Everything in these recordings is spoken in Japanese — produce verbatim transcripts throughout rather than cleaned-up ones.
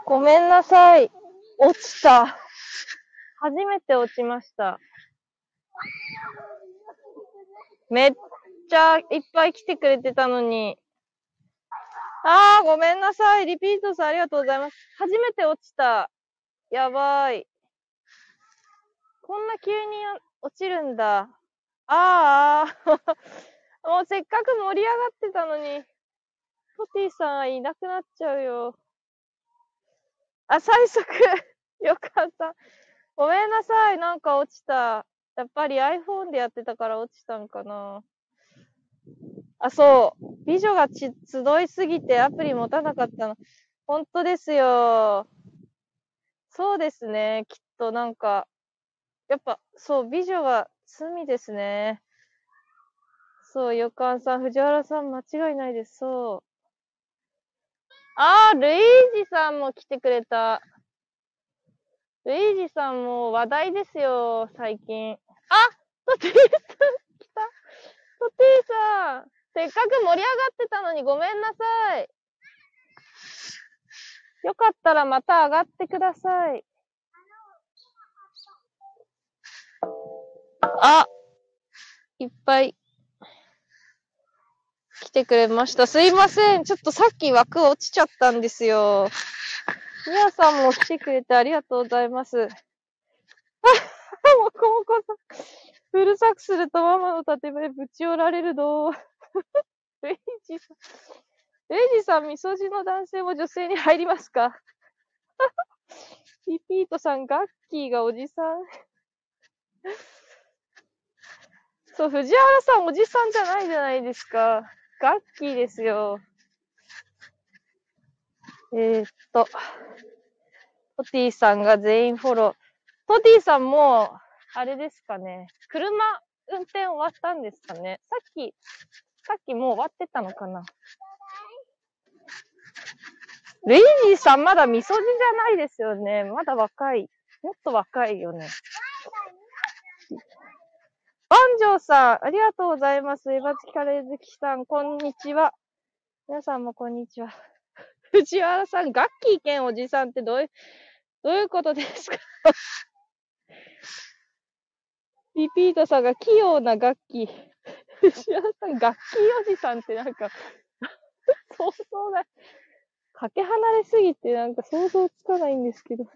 ごめんなさい。落ちた。初めて落ちました。めっちゃいっぱい来てくれてたのに。あー、ごめんなさい。リピートさんありがとうございます。初めて落ちた。やばい。こんな急に落ちるんだ。あー、もうせっかく盛り上がってたのに。トティさんいなくなっちゃうよ。あ、最速。よかった。ごめんなさい。なんか落ちた。やっぱり iPhone でやってたから落ちたんかな。あ、そう。美女がち集いすぎてアプリ持たなかったの。本当ですよ。そうですね。きっとなんか、やっぱ、そう、美女が罪ですね。そう、よかんさん、藤原さん、間違いないです。そう。あー、ルイージさんも来てくれた。ルイージさんも話題ですよ、最近。あ、トティさん来た。トティさん、せっかく盛り上がってたのにごめんなさい。よかったらまた上がってください。あ、いっぱい来てくれました。すいません。ちょっとさっき枠落ちちゃったんですよ。みやさんも来てくれてありがとうございます。あ、もこもこさん。うるさくするとママの縦目ぶち折られるど。レイジさん。レイジさん、みそじの男性も女性に入りますか？リピートさん、ガッキーがおじさん。そう、藤原さんおじさんじゃないじゃないですか。ガッキーですよ。えー、っと、トティさんが全員フォロー。トティさんも、あれですかね。車、運転終わったんですかね。さっき、さっきもう終わってたのかな。レイジーさんまだみそじじゃないですよね。まだ若い。もっと若いよね。バンジョーさん、ありがとうございます。エバツキカレーズキさん、こんにちは。皆さんもこんにちは。藤原さん、ガッキー兼おじさんってどういう、どういうことですか？リピートさんが器用なガッキー。藤原さん、ガッキーおじさんってなんか、想像が、かけ離れすぎてなんか想像つかないんですけど。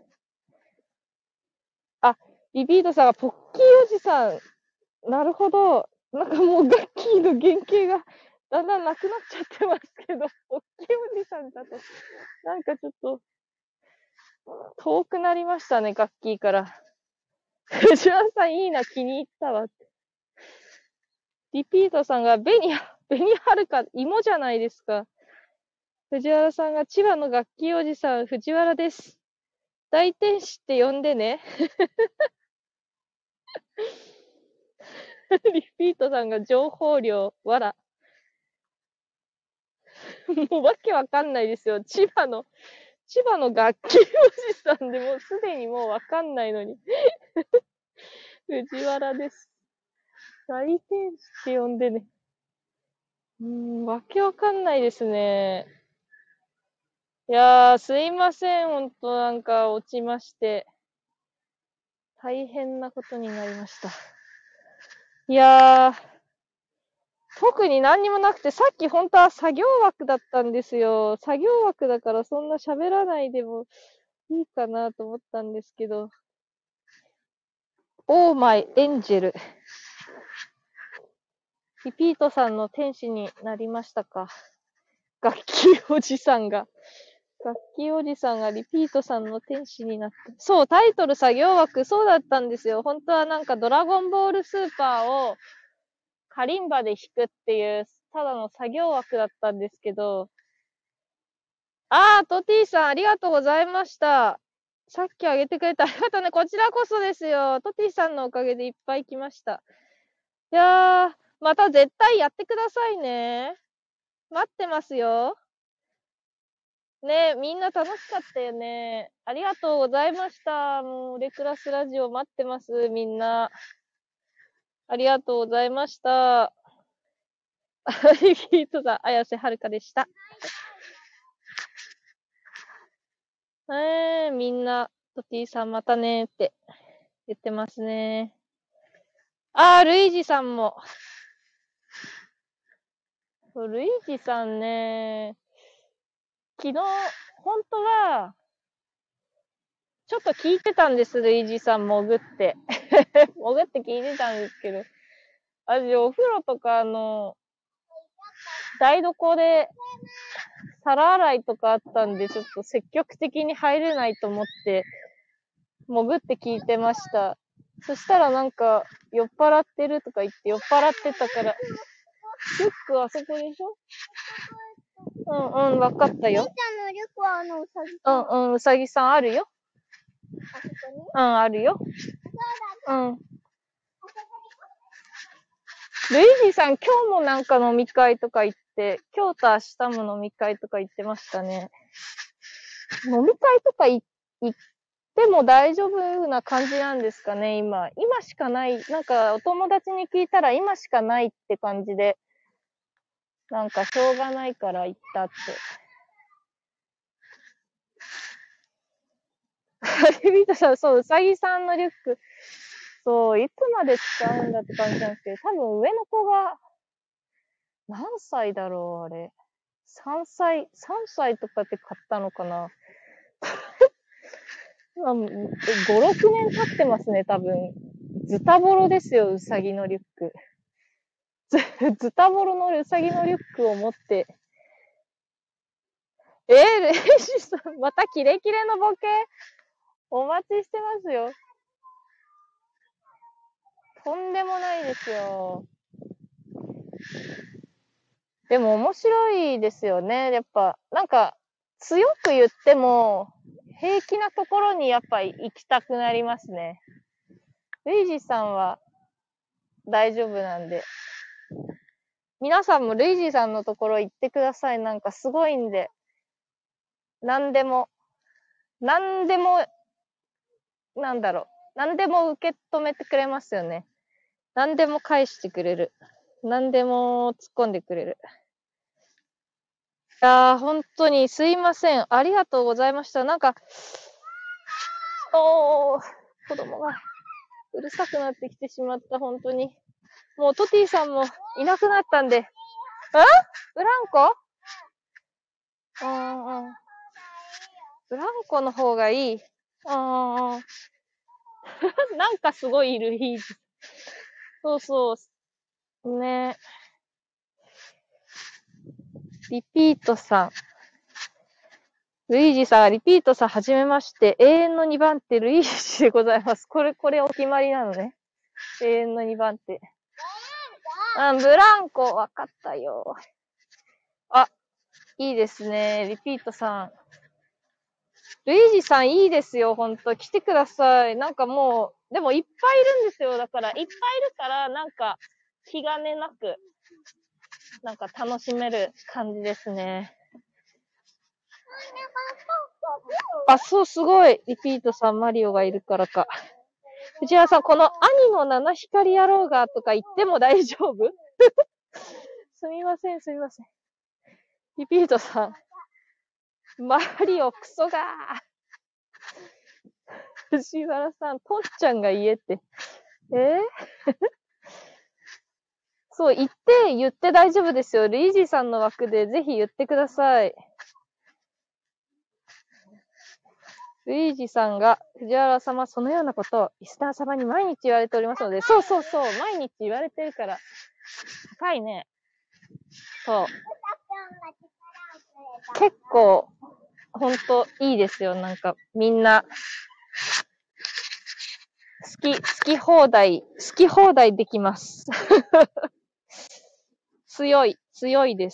あ、リピートさんがポッキーおじさん。なるほど。なんかもうガッキーの原型がだんだんなくなっちゃってますけど、ポッキーおじさんだと、なんかちょっと遠くなりましたね、ガッキーから。藤原さんいいな、気に入ったわって。リピートさんが、ベニ、ベニハルカ、芋じゃないですか。藤原さんが、千葉の楽器おじさん、藤原です。大天使って呼んでね。リピートさんが、情報量、わら。もうわけわかんないですよ。千葉の、千葉の楽器おじさんでもうすでにもうわかんないのに。藤原です。大天使って呼んでね。うーん、わけわかんないですね。いやー、すいません。ほんと、なんか落ちまして。大変なことになりました。いやー、特に何にもなくて、さっき本当は作業枠だったんですよ。作業枠だからそんな喋らないでもいいかなと思ったんですけど。オーマイエンジェル。リピートさんの天使になりましたか？楽器おじさんが。楽器おじさんがリピートさんの天使になった。そう、タイトル作業枠、そうだったんですよ。本当はなんかドラゴンボールスーパーをカリンバで弾くっていう、ただの作業枠だったんですけど。あー、トティさん、ありがとうございました。さっきあげてくれた。ありがとうね。こちらこそですよ。トティさんのおかげでいっぱい来ました。いやー、また絶対やってくださいね。待ってますよ。ね、みんな楽しかったよね。ありがとうございました。もう、レクラスラジオ待ってます、みんな。ありがとうございました。リピートだ、綾瀬はるかでした。 えー、みんな、トティさんまたねーって言ってますね。あー、ルイージさんも。ルイージさんね、昨日、本当は、ちょっと聞いてたんです、ルイージさん潜って。潜って聞いてたんですけど。私、お風呂とか、あの、台所で、皿洗いとかあったんで、ちょっと積極的に入れないと思って、潜って聞いてました。そしたらなんか、酔っ払ってるとか言って酔っ払ってたから、リュックあそこでしょ？うんうん、わかったよ。 姉ちゃんのリュックはあのうさぎさん。うんうん、うさぎさんあるよ。 あそこに？ うん、あるよ。うん。ルイージさん、今日もなんか飲み会とか行って、今日と明日も飲み会とか行ってましたね。飲み会とか行っても大丈夫な感じなんですかね、今。今しかない。なんかお友達に聞いたら今しかないって感じで、なんかしょうがないから行ったって。ビートさん、そう、うさぎさんのリュック、そう、いつまで使うんだって感じなんですけど、多分上の子が、何歳だろう、あれ。さんさい、さんさいとかって買ったのかな。ご、ろくねん経ってますね、多分。ズタボロですよ、うさぎのリュック。ズタボロのうさぎのリュックを持って。えー、レイジさん、またキレキレのボケお待ちしてますよ。とんでもないですよ。でも面白いですよね。やっぱ、なんか、強く言っても、平気なところにやっぱ行きたくなりますね。ルイジさんは大丈夫なんで。皆さんもルイジさんのところ行ってください。なんかすごいんで。何でも、何でも、なんだろう。何でも受け止めてくれますよね。何でも返してくれる。何でも突っ込んでくれる。いやー、本当にすいません。ありがとうございました。なんか、おー、子供がうるさくなってきてしまった、本当に。もうトティさんもいなくなったんで。えブランコうんうん。ブランコの方がいい。うんうん。なんかすごいいる、いい。そうそう。ね。リピートさん。ルイージさん、リピートさん、はじめまして。永遠のにばん手、ルイージでございます。これ、これお決まりなのね。永遠のにばん手。あ、ブランコ、わかったよ。あ、いいですね。リピートさん。ルイージさん、いいですよ、ほんと。来てください。なんかもう、でもいっぱいいるんですよ。だから、いっぱいいるから、なんか、気兼ねなく、なんか楽しめる感じですね。あ、そう、すごい。リピートさん、マリオがいるからか。藤原さん、この兄の七光野郎がとか言っても大丈夫すみません、すみません。リピートさん、マリオクソがー。藤原さん、とっちゃんが言えって。えー、そう、言って、言って大丈夫ですよ。ルイージさんの枠でぜひ言ってください。ルイージさんが、藤原様、そのようなことを、リスナー様に毎日言われておりますので、そうそうそう、毎日言われてるから、高いね。そう。結構、ほんといいですよ。なんか、みんな、好き、好き放題、好き放題できます。強い、強いです。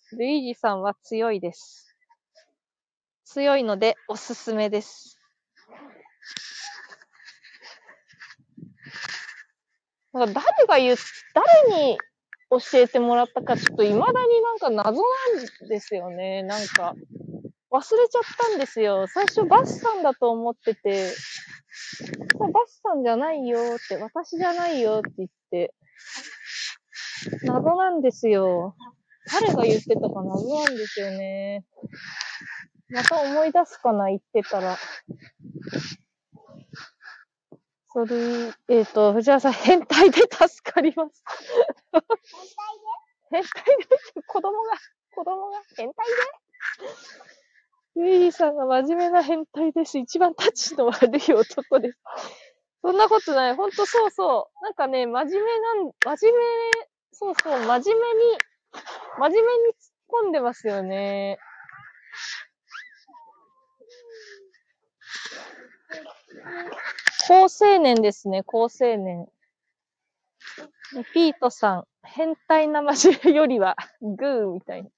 ルイージさんは強いです。強いので、おすすめです。なんか誰が言う、誰に教えてもらったか、ちょっと未だになんか謎なんですよね。なんか、忘れちゃったんですよ。最初バスさんだと思ってて、バスさんじゃないよって、私じゃないよって言って、謎なんですよ。誰が言ってたか謎なんですよね。 また思い出すかな、言ってたら。それ、えっ、ー、と、藤原さん、変態で助かります。変態で変態で子供が、子供が変態でゆいりさんが真面目な変態です。一番タチの悪い男です。そんなことない。ほんとそうそう。なんかね、真面目なん、真面目、そうそう、真面目に、真面目に突っ込んでますよね。高青年ですね、高青年。リピートさん、変態な真面目よりは、グーみたいな。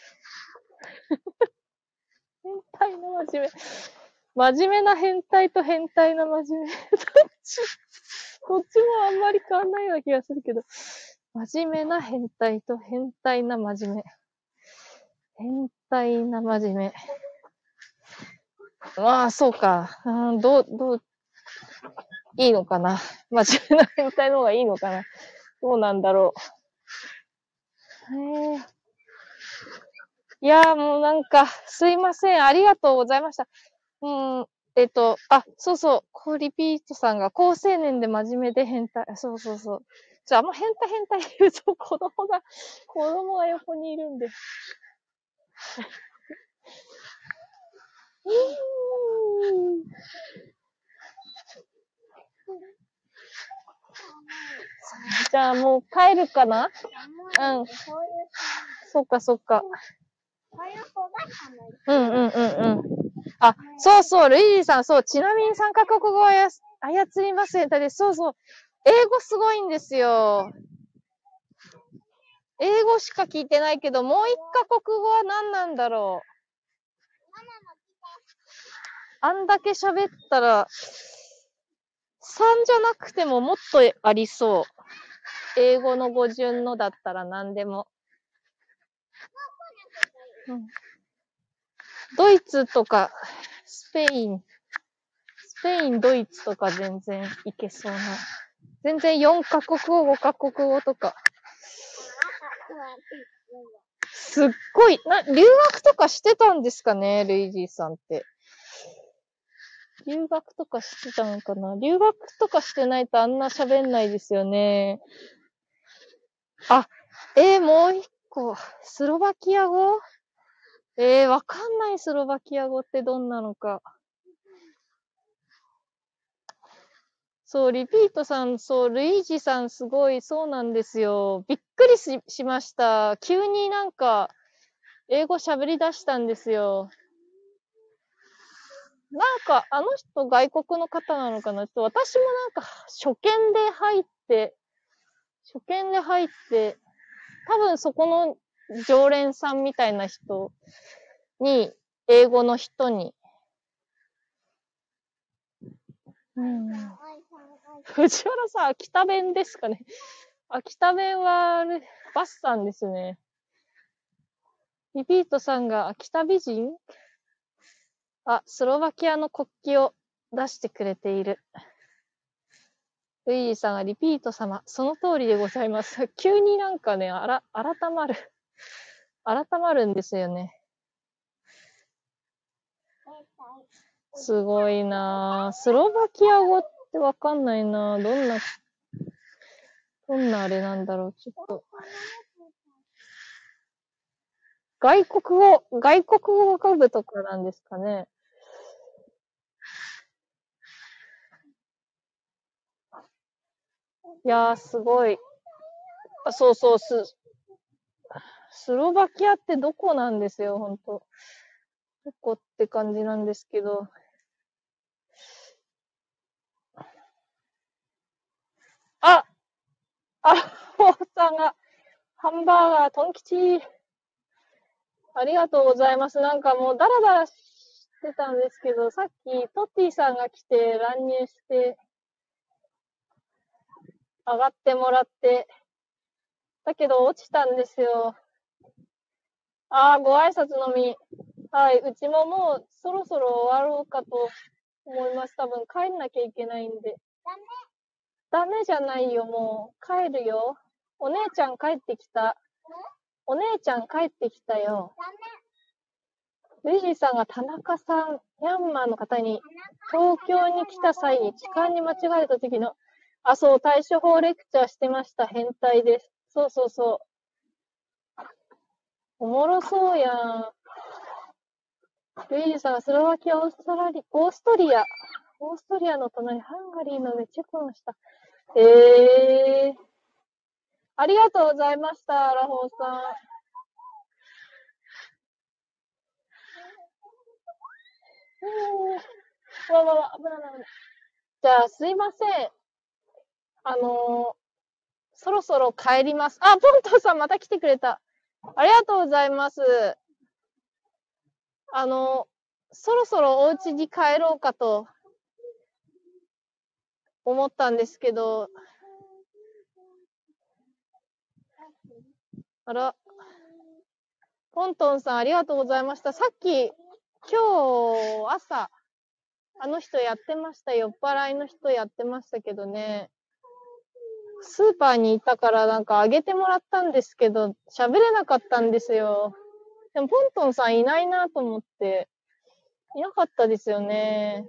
変態な真面目。真面目な変態と変態な真面目。どっち、どっちもあんまり変わんないような気がするけど。真面目な変態と変態な真面目。変態な真面目。まあ、そうか。うん、どう、どう、いいのかな。真面目な変態の方がいいのかな。どうなんだろう。へえ。いやーもうなんか、すいません。ありがとうございました。うん、えっと、あ、そうそう。コーリピートさんが、高青年で真面目で変態。そうそうそう。じゃあ、あんま変態変態言うと子供が、子供が横にいるんで。じゃあもう帰るかな？うん。そっかそっか。うんうんうんうん。あ、そうそう、ルイージさん、そう、ちなみにさんカ国語を操ります変態です。そうそう。英語すごいんですよ。英語しか聞いてないけど、もう一カ国語は何なんだろう。あんだけ喋ったら、さんじゃなくてももっとありそう。英語の語順のだったら何でも。うん、ドイツとか、スペイン、スペイン、ドイツとか全然いけそうな。全然よんカ国語、ごカ国語とか。すっごい、な、留学とかしてたんですかね、ルイジーさんって。留学とかしてたのかな？留学とかしてないとあんな喋んないですよね。あ、えー、もう一個。スロバキア語？えー、わかんないスロバキア語ってどんなのか。そう、リピートさん、そう、ルイージさんすごい、そうなんですよ。びっくりし、しました。急になんか、英語喋り出したんですよ。なんか、あの人外国の方なのかな？ちょっと私もなんか、初見で入って、初見で入って、多分そこの常連さんみたいな人に、英語の人に、うん、藤原さん、秋田弁ですかね。秋田弁は、バスさんですね。リピートさんが秋田美人？あ、スロバキアの国旗を出してくれている。ルイージさんがリピート様、その通りでございます。急になんかね、あら、改まる。改まるんですよね。すごいなぁ。スロバキア語ってわかんないなぁ。どんな、どんなあれなんだろう。ちょっと。外国語、外国語学部とかなんですかね。いやー、すごい。あ、そうそう、す、スロバキアってどこなんですよ、ほんと。どこって感じなんですけど。ああ、ホーさんが、ハンバーガー、トン吉。ありがとうございます。なんかもうダラダラしてたんですけど、さっきトッティさんが来て乱入して、上がってもらって、だけど落ちたんですよ。ああ、ご挨拶のみ。はい、うちももうそろそろ終わろうかと思います。多分帰んなきゃいけないんで。ダメじゃないよ、もう。帰るよ。お姉ちゃん帰ってきた。お姉ちゃん帰ってきたよ。 ルイジーさんが田中さん、ミャンマーの方に東京に来た際に痴漢に間違えた時の、あ、そう、対処法レクチャーしてました。変態です。そうそうそう。おもろそうやん。ルイジーさんがスロバキア、オーストラリオーストリア、オーストリアの隣、ハンガリーの上、チェコの下。えー。ありがとうございました、ラホーさん。うわわわ、危ない危ない。じゃあ、すいません。あのー、そろそろ帰ります。あ、ポントさんまた来てくれた。ありがとうございます。あのー、そろそろお家に帰ろうかと思ったんですけど、あら、ポントンさんありがとうございました。さっき、今日朝、あの人やってました。酔っ払いの人やってましたけどね。スーパーにいたからなんかあげてもらったんですけど、喋れなかったんですよ。でもポントンさんいないなと思って、いなかったですよね。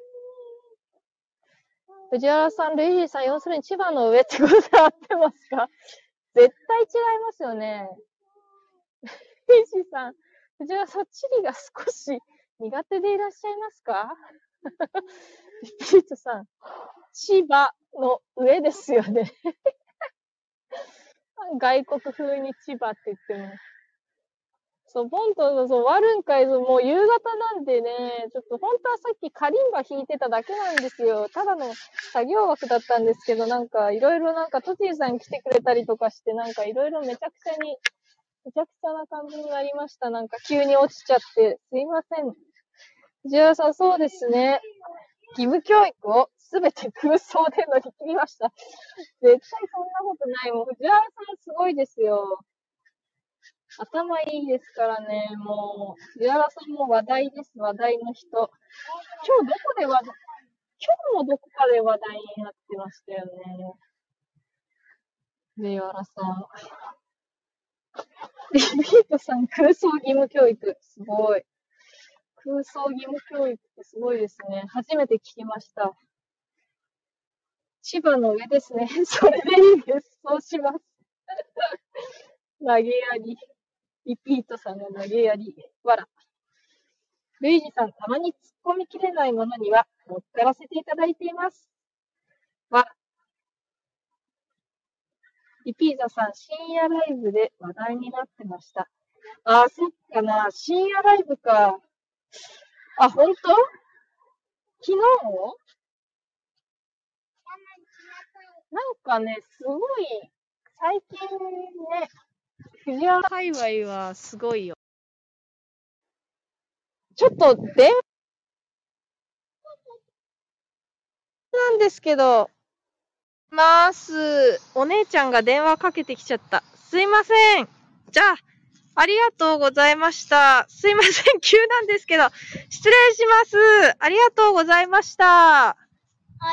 藤原さん、ルイージーさん、要するに千葉の上ってことで合ってますか？絶対違いますよね。ルイージーさん、藤原さん、地理が少し苦手でいらっしゃいますか？リピートさん、千葉の上ですよね。外国風に千葉って言っても。そう、ポントン、そう、ワルンカイズ、もう夕方なんでね、ちょっと本当はさっきカリンバ弾いてただけなんですよ。ただの作業枠だったんですけど、なんかいろいろなんかトチーさん来てくれたりとかして、なんかいろいろめちゃくちゃに、めちゃくちゃな感じになりました。なんか急に落ちちゃって、すいません。藤原さん、そうですね。義務教育をすべて空想で乗り切りました。絶対そんなことない。もう藤原さんすごいですよ。頭いいですからね、もう。藤原さんも話題です、話題の人。今日どこで話題、今日もどこかで話題になってましたよね。藤原さん。リビートさん、空想義務教育。すごい。空想義務教育ってすごいですね。初めて聞きました。千葉の上ですね。それでいいです。そうします。投げやり。リピートさんの投げやり。わら。ルイージさん、たまに突っ込みきれないものには乗っからせていただいています。わ。リピーザさん、深夜ライブで話題になってました。あ、そっかな。深夜ライブか。あ、ほんと？昨日なんかね、すごい、最近ね、藤原界隈はすごいよ。ちょっと、電話なんですけど、まーす。お姉ちゃんが電話かけてきちゃった。すいません。じゃあ、ありがとうございました。すいません。急なんですけど、失礼します。ありがとうございました。